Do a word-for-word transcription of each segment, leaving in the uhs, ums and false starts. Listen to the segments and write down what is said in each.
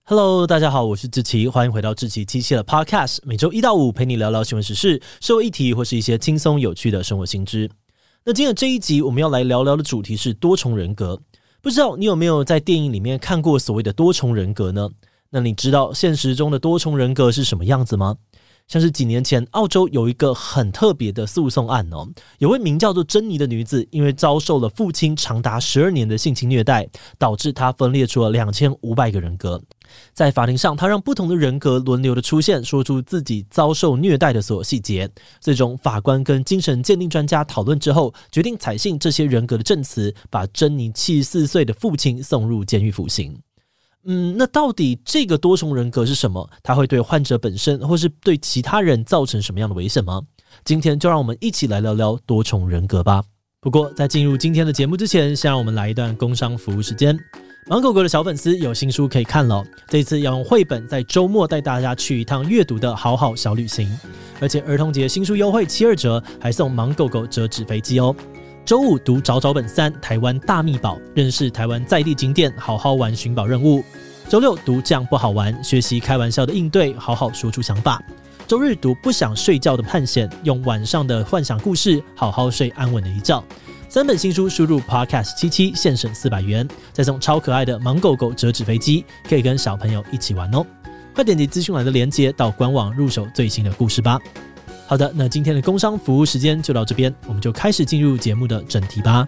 Hello， 大家好，我是志祺，欢迎回到志祺七七的 Podcast， 每周一到五陪你聊聊新闻时事、社会议题或是一些轻松有趣的生活新知。那今天的这一集我们要来聊聊的主题是多重人格。不知道你有没有在电影里面看过所谓的多重人格呢？那你知道现实中的多重人格是什么样子吗？像是几年前澳洲有一个很特别的诉讼案哦，有位名叫做珍妮的女子因为遭受了父亲长达十二年的性侵虐待，导致她分裂出了两千五百个人格。在法庭上，她让不同的人格轮流的出现，说出自己遭受虐待的所有细节。最终法官跟精神鉴定专家讨论之后，决定采信这些人格的证词，把珍妮七十四岁的父亲送入监狱服刑。嗯，那到底这个多重人格是什么？它会对患者本身或是对其他人造成什么样的危险吗？今天就让我们一起来聊聊多重人格吧。不过在进入今天的节目之前，先让我们来一段工商服务时间。芒狗狗的小粉丝有新书可以看了，这次要用绘本在周末带大家去一趟阅读的好好小旅行，而且儿童节新书优惠七二折，还送芒狗狗折纸飞机哦。周五读找找本三台湾大秘宝，认识台湾在地景点，好好玩寻宝任务。周六读这样不好玩，学习开玩笑的应对，好好说出想法。周日读不想睡觉的探险，用晚上的幻想故事好好睡安稳的一觉。三本新书输入 podcast 七七现省四百元，再送超可爱的芒狗狗折纸飞机，可以跟小朋友一起玩哦。快点击资讯栏的连结到官网入手最新的故事吧。好的，那今天的工商服务时间就到这边，我们就开始进入节目的正题吧。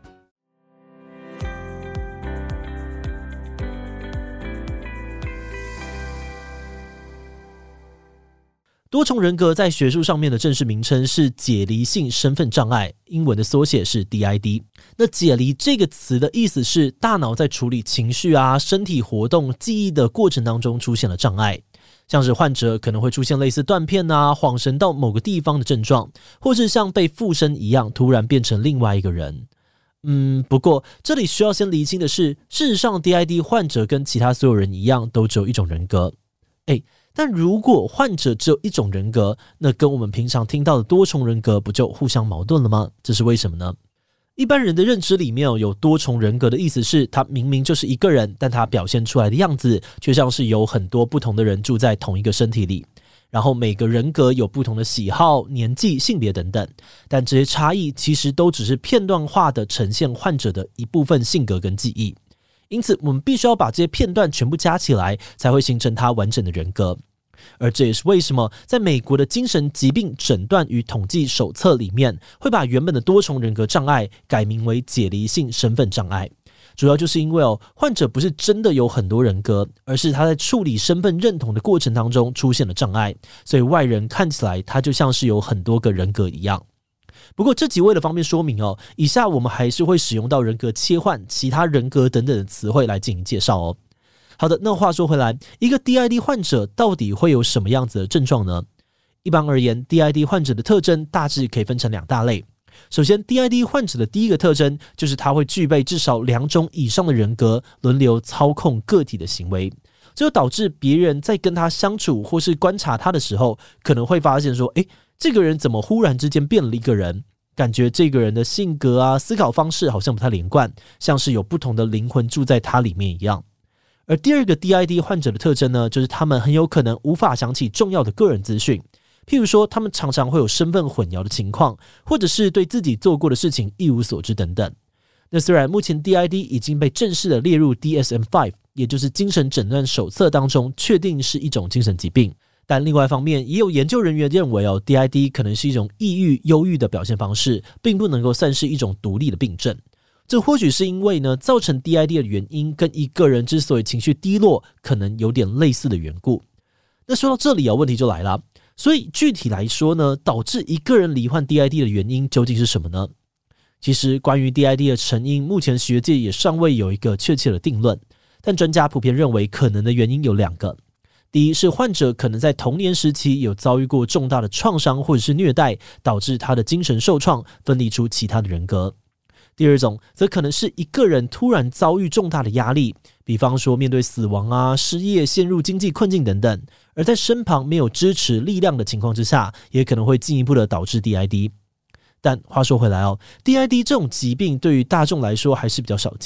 多重人格在学术上面的正式名称是解离性身份障碍，英文的缩写是 D I D。 那解离这个词的意思是大脑在处理情绪啊、身体活动、记忆的过程当中出现了障碍，像是患者可能会出现类似断片啊、恍神到某个地方的症状，或是像被附身一样突然变成另外一个人。嗯，不过这里需要先厘清的是，事实上 D I D 患者跟其他所有人一样都只有一种人格。诶但如果患者只有一种人格，那跟我们平常听到的多重人格不就互相矛盾了吗？这是为什么呢？一般人的认知里面有多重人格的意思是，他明明就是一个人，但他表现出来的样子却像是有很多不同的人住在同一个身体里，然后每个人格有不同的喜好、年纪、性别等等，但这些差异其实都只是片段化的呈现患者的一部分性格跟记忆。因此我们必须要把这些片段全部加起来，才会形成他完整的人格。而这也是为什么在美国的精神疾病诊断与统计手册里面，会把原本的多重人格障碍改名为解离性身份障碍。主要就是因为哦，患者不是真的有很多人格，而是他在处理身份认同的过程当中出现了障碍，所以外人看起来他就像是有很多个人格一样。不过这集为了方便说明哦，以下我们还是会使用到人格切换、其他人格等等的词汇来进行介绍哦。好的，那话说回来，一个 D I D 患者到底会有什么样子的症状呢？一般而言 ，D I D 患者的特征大致可以分成两大类。首先 ，D I D 患者的第一个特征就是他会具备至少两种以上的人格，轮流操控个体的行为。这就导致别人在跟他相处或是观察他的时候，可能会发现说，诶，这个人怎么忽然之间变了一个人？感觉这个人的性格啊、思考方式好像不太连贯，像是有不同的灵魂住在他里面一样。而第二个 D I D 患者的特征呢，就是他们很有可能无法想起重要的个人资讯，譬如说他们常常会有身份混淆的情况，或者是对自己做过的事情一无所知等等。那虽然目前 D I D 已经被正式的列入 D S M 五， 也就是精神诊断手册当中，确定是一种精神疾病，但另外一方面也有研究人员认为哦 ，D I D 可能是一种抑郁、忧郁的表现方式，并不能够算是一种独立的病症。这或许是因为呢，造成 D I D 的原因跟一个人之所以情绪低落可能有点类似的缘故。那说到这里啊，问题就来了。所以具体来说呢，导致一个人罹患 D I D 的原因究竟是什么呢？其实关于 D I D 的成因，目前学界也尚未有一个确切的定论，但专家普遍认为可能的原因有两个。第一是患者可能在童年时期有遭遇过重大的创伤或者是虐待，导致他的精神受创，分离出其他的人格。第二种则可能是一个人突然遭遇重大的压力，比方说面对死亡啊、失业、陷入经济困境等等，而在身旁没有支持力量的情况之下，也可能会进一步的导致 D I D。 但话说回来哦 ，D I D 这种疾病对于大众来说还是比较少见，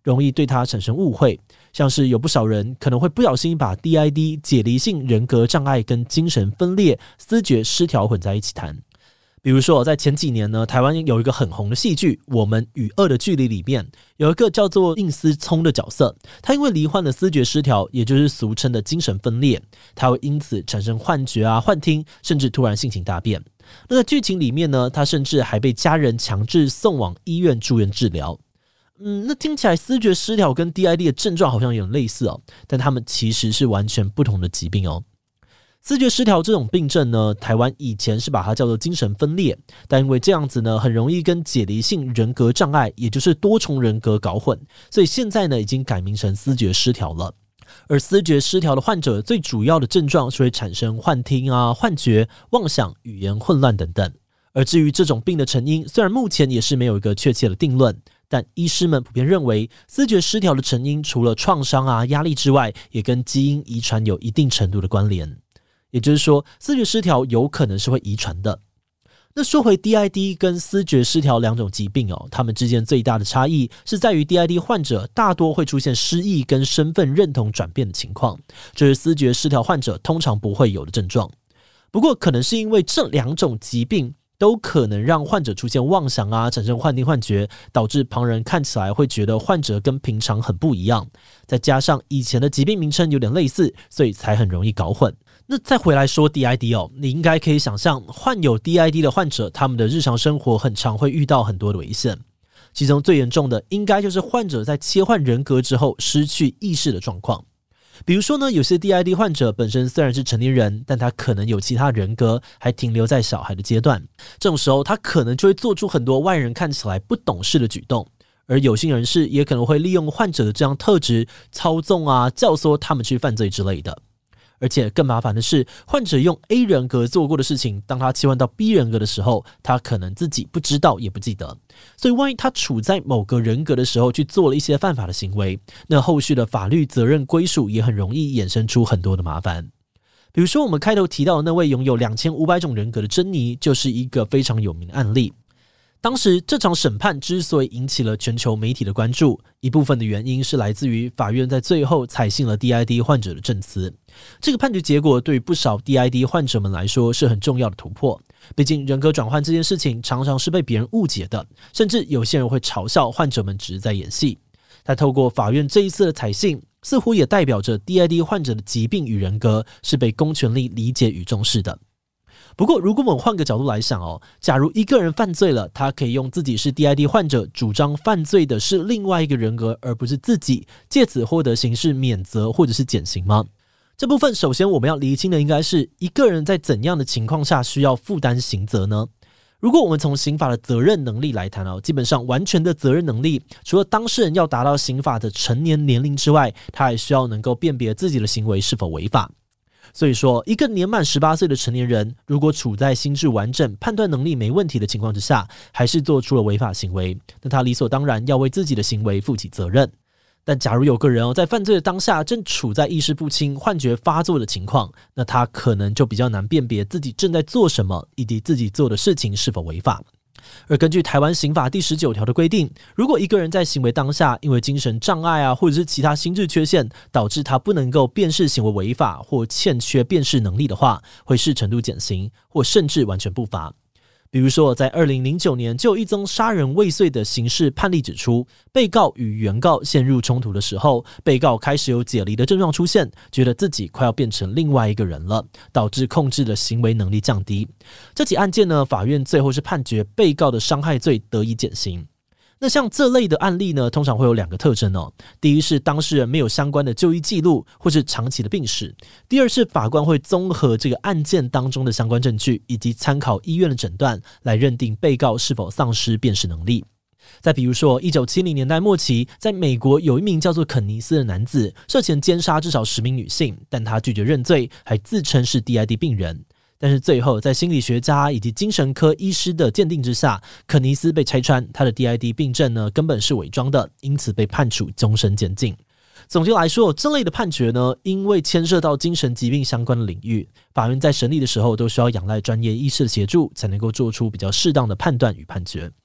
容易对他产生误会，像是有不少人可能会不小心把 D I D 解离性人格障碍跟精神分裂、思觉失调混在一起谈。比如说在前几年呢，台湾有一个很红的戏剧《我们与恶的距离》里面，有一个叫做应思聪的角色，他因为罹患了思觉失调，也就是俗称的精神分裂，他会因此产生幻觉啊、幻听，甚至突然性情大变。那在剧情里面呢，他甚至还被家人强制送往医院住院治疗。嗯，那听起来思觉失调跟 D I D 的症状好像有点类似哦，但他们其实是完全不同的疾病哦。思觉失调这种病症呢，台湾以前是把它叫做精神分裂，但因为这样子呢，很容易跟解离性人格障碍，也就是多重人格搞混，所以现在呢，已经改名成思觉失调了。而思觉失调的患者最主要的症状是会产生幻听啊、幻觉、妄想、语言混乱等等。而至于这种病的成因，虽然目前也是没有一个确切的定论，但医师们普遍认为，思觉失调的成因除了创伤啊、压力之外，也跟基因遗传有一定程度的关联。也就是说，思觉失调有可能是会遗传的。那说回 D I D 跟思觉失调两种疾病哦，它们之间最大的差异是在于 D I D 患者大多会出现失忆跟身份认同转变的情况，这是思觉失调患者通常不会有的症状。不过可能是因为这两种疾病都可能让患者出现妄想啊，产生幻听幻觉，导致旁人看起来会觉得患者跟平常很不一样，再加上以前的疾病名称有点类似，所以才很容易搞混。那再回来说 D I D 哦，你应该可以想象，患有 D I D 的患者，他们的日常生活很常会遇到很多的危险，其中最严重的应该就是患者在切换人格之后失去意识的状况。比如说呢，有些 D I D 患者本身虽然是成年人，但他可能有其他人格，还停留在小孩的阶段，这种时候他可能就会做出很多外人看起来不懂事的举动，而有心人士也可能会利用患者的这样特质操纵啊、教唆他们去犯罪之类的。而且更麻烦的是，患者用 A 人格做过的事情，当他切换到 B 人格的时候，他可能自己不知道也不记得，所以万一他处在某个人格的时候去做了一些犯法的行为，那后续的法律责任归属也很容易衍生出很多的麻烦。比如说我们开头提到的那位拥有两千五百种人格的珍妮，就是一个非常有名的案例。当时这场审判之所以引起了全球媒体的关注，一部分的原因是来自于法院在最后采信了 D I D 患者的证词。这个判决结果对于不少 D I D 患者们来说是很重要的突破，毕竟人格转换这件事情常常是被别人误解的，甚至有些人会嘲笑患者们只是在演戏。但透过法院这一次的采信，似乎也代表着 D I D 患者的疾病与人格是被公权力理解与重视的。不过如果我们换个角度来想哦，假如一个人犯罪了，他可以用自己是 D I D 患者主张犯罪的是另外一个人格而不是自己，借此获得刑事免责或者是减刑吗？这部分首先我们要厘清的应该是一个人在怎样的情况下需要负担刑责呢？如果我们从刑法的责任能力来谈哦，基本上完全的责任能力，除了当事人要达到刑法的成年年龄之外，他还需要能够辨别自己的行为是否违法。所以说，一个年满十八岁的成年人，如果处在心智完整、判断能力没问题的情况之下，还是做出了违法行为，那他理所当然要为自己的行为负起责任。但假如有个人、哦、在犯罪的当下正处在意识不清、幻觉发作的情况，那他可能就比较难辨别自己正在做什么，以及自己做的事情是否违法。而根据台湾刑法第十九条的规定，如果一个人在行为当下因为精神障碍啊，或者是其他心智缺陷，导致他不能够辨识行为违法或欠缺辨识能力的话，会视程度减刑，或甚至完全不罚。比如说在二零零九年就有一宗杀人未遂的刑事判例指出，被告与原告陷入冲突的时候，被告开始有解离的症状出现，觉得自己快要变成另外一个人了，导致控制的行为能力降低。这起案件呢，法院最后是判决被告的伤害罪得以减刑。那像这类的案例呢，通常会有两个特征哦。第一是当事人没有相关的就医记录或是长期的病史，第二是法官会综合这个案件当中的相关证据，以及参考医院的诊断来认定被告是否丧失辨识能力。再比如说一九七零年代末期，在美国有一名叫做肯尼斯的男子涉嫌奸杀至少十名女性，但他拒绝认罪，还自称是 D I D 病人。但是最后在心理学家以及精神科医师的鉴定之下，肯尼斯被拆穿他的 D I D 病症呢根本是伪装的，因此被判处终身监禁。总结来说，这类的判决呢，因为牵涉到精神疾病相关的领域，法院在审理的时候都需要仰赖专业医师的协助，才能够做出比较适当的判断与判决。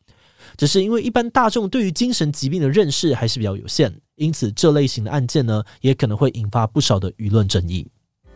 只是因为一般大众对于精神疾病的认识还是比较有限，因此这类型的案件呢，也可能会引发不少的舆论争议。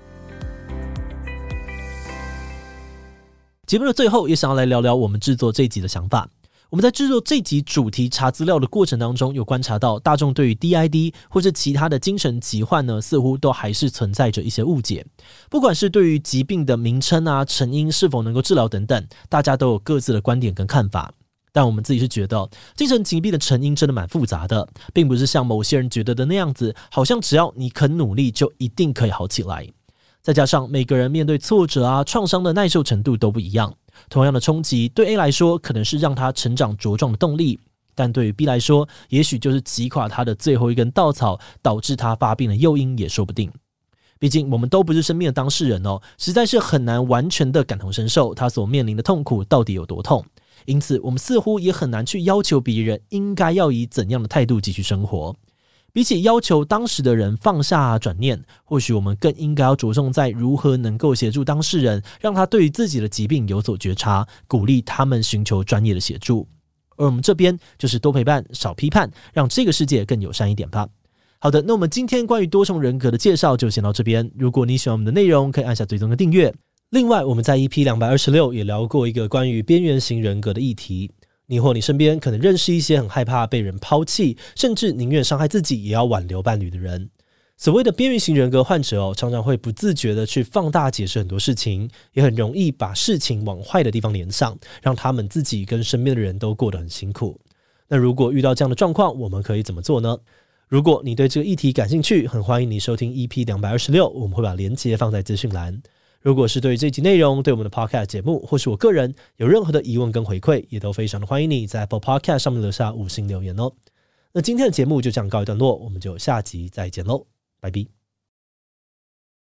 节目的最后，也想要来聊聊我们制作这一集的想法。我们在制作这集主题查资料的过程当中，有观察到大众对于 D I D 或是其他的精神疾患呢，似乎都还是存在着一些误解。不管是对于疾病的名称啊、成因是否能够治疗等等，大家都有各自的观点跟看法。但我们自己是觉得，精神疾病的成因真的蛮复杂的，并不是像某些人觉得的那样子，好像只要你肯努力，就一定可以好起来。再加上每个人面对挫折啊、创伤的耐受程度都不一样。同样的冲击对 A 来说可能是让他成长茁壮的动力，但对于 B 来说也许就是击垮他的最后一根稻草，导致他发病的诱因也说不定。毕竟我们都不是生命的当事人哦，实在是很难完全的感同身受他所面临的痛苦到底有多痛，因此我们似乎也很难去要求别人应该要以怎样的态度继续生活。比起要求当时的人放下转念，或许我们更应该要着重在如何能够协助当事人，让他对于自己的疾病有所觉察，鼓励他们寻求专业的协助。而我们这边就是多陪伴少批判，让这个世界更友善一点吧。好的，那我们今天关于多重人格的介绍就先到这边。如果你喜欢我们的内容，可以按下追踪跟订阅。另外我们在 E P 两百二十六 也聊过一个关于边缘型人格的议题，你或你身边可能认识一些很害怕被人抛弃，甚至宁愿伤害自己也要挽留伴侣的人。所谓的边缘型人格患者哦，常常会不自觉的去放大解释很多事情，也很容易把事情往坏的地方联想，让他们自己跟身边的人都过得很辛苦。那如果遇到这样的状况，我们可以怎么做呢？如果你对这个议题感兴趣，很欢迎你收听 E P 两百二十六， 我们会把连结放在资讯栏。如果是对这集内容、对我们的 Podcast 节目，或是我个人有任何的疑问跟回馈，也都非常的欢迎你在 Apple Podcast 上面留下五星留言哦。那今天的节目就这样告一段落，我们就下集再见喽，拜拜。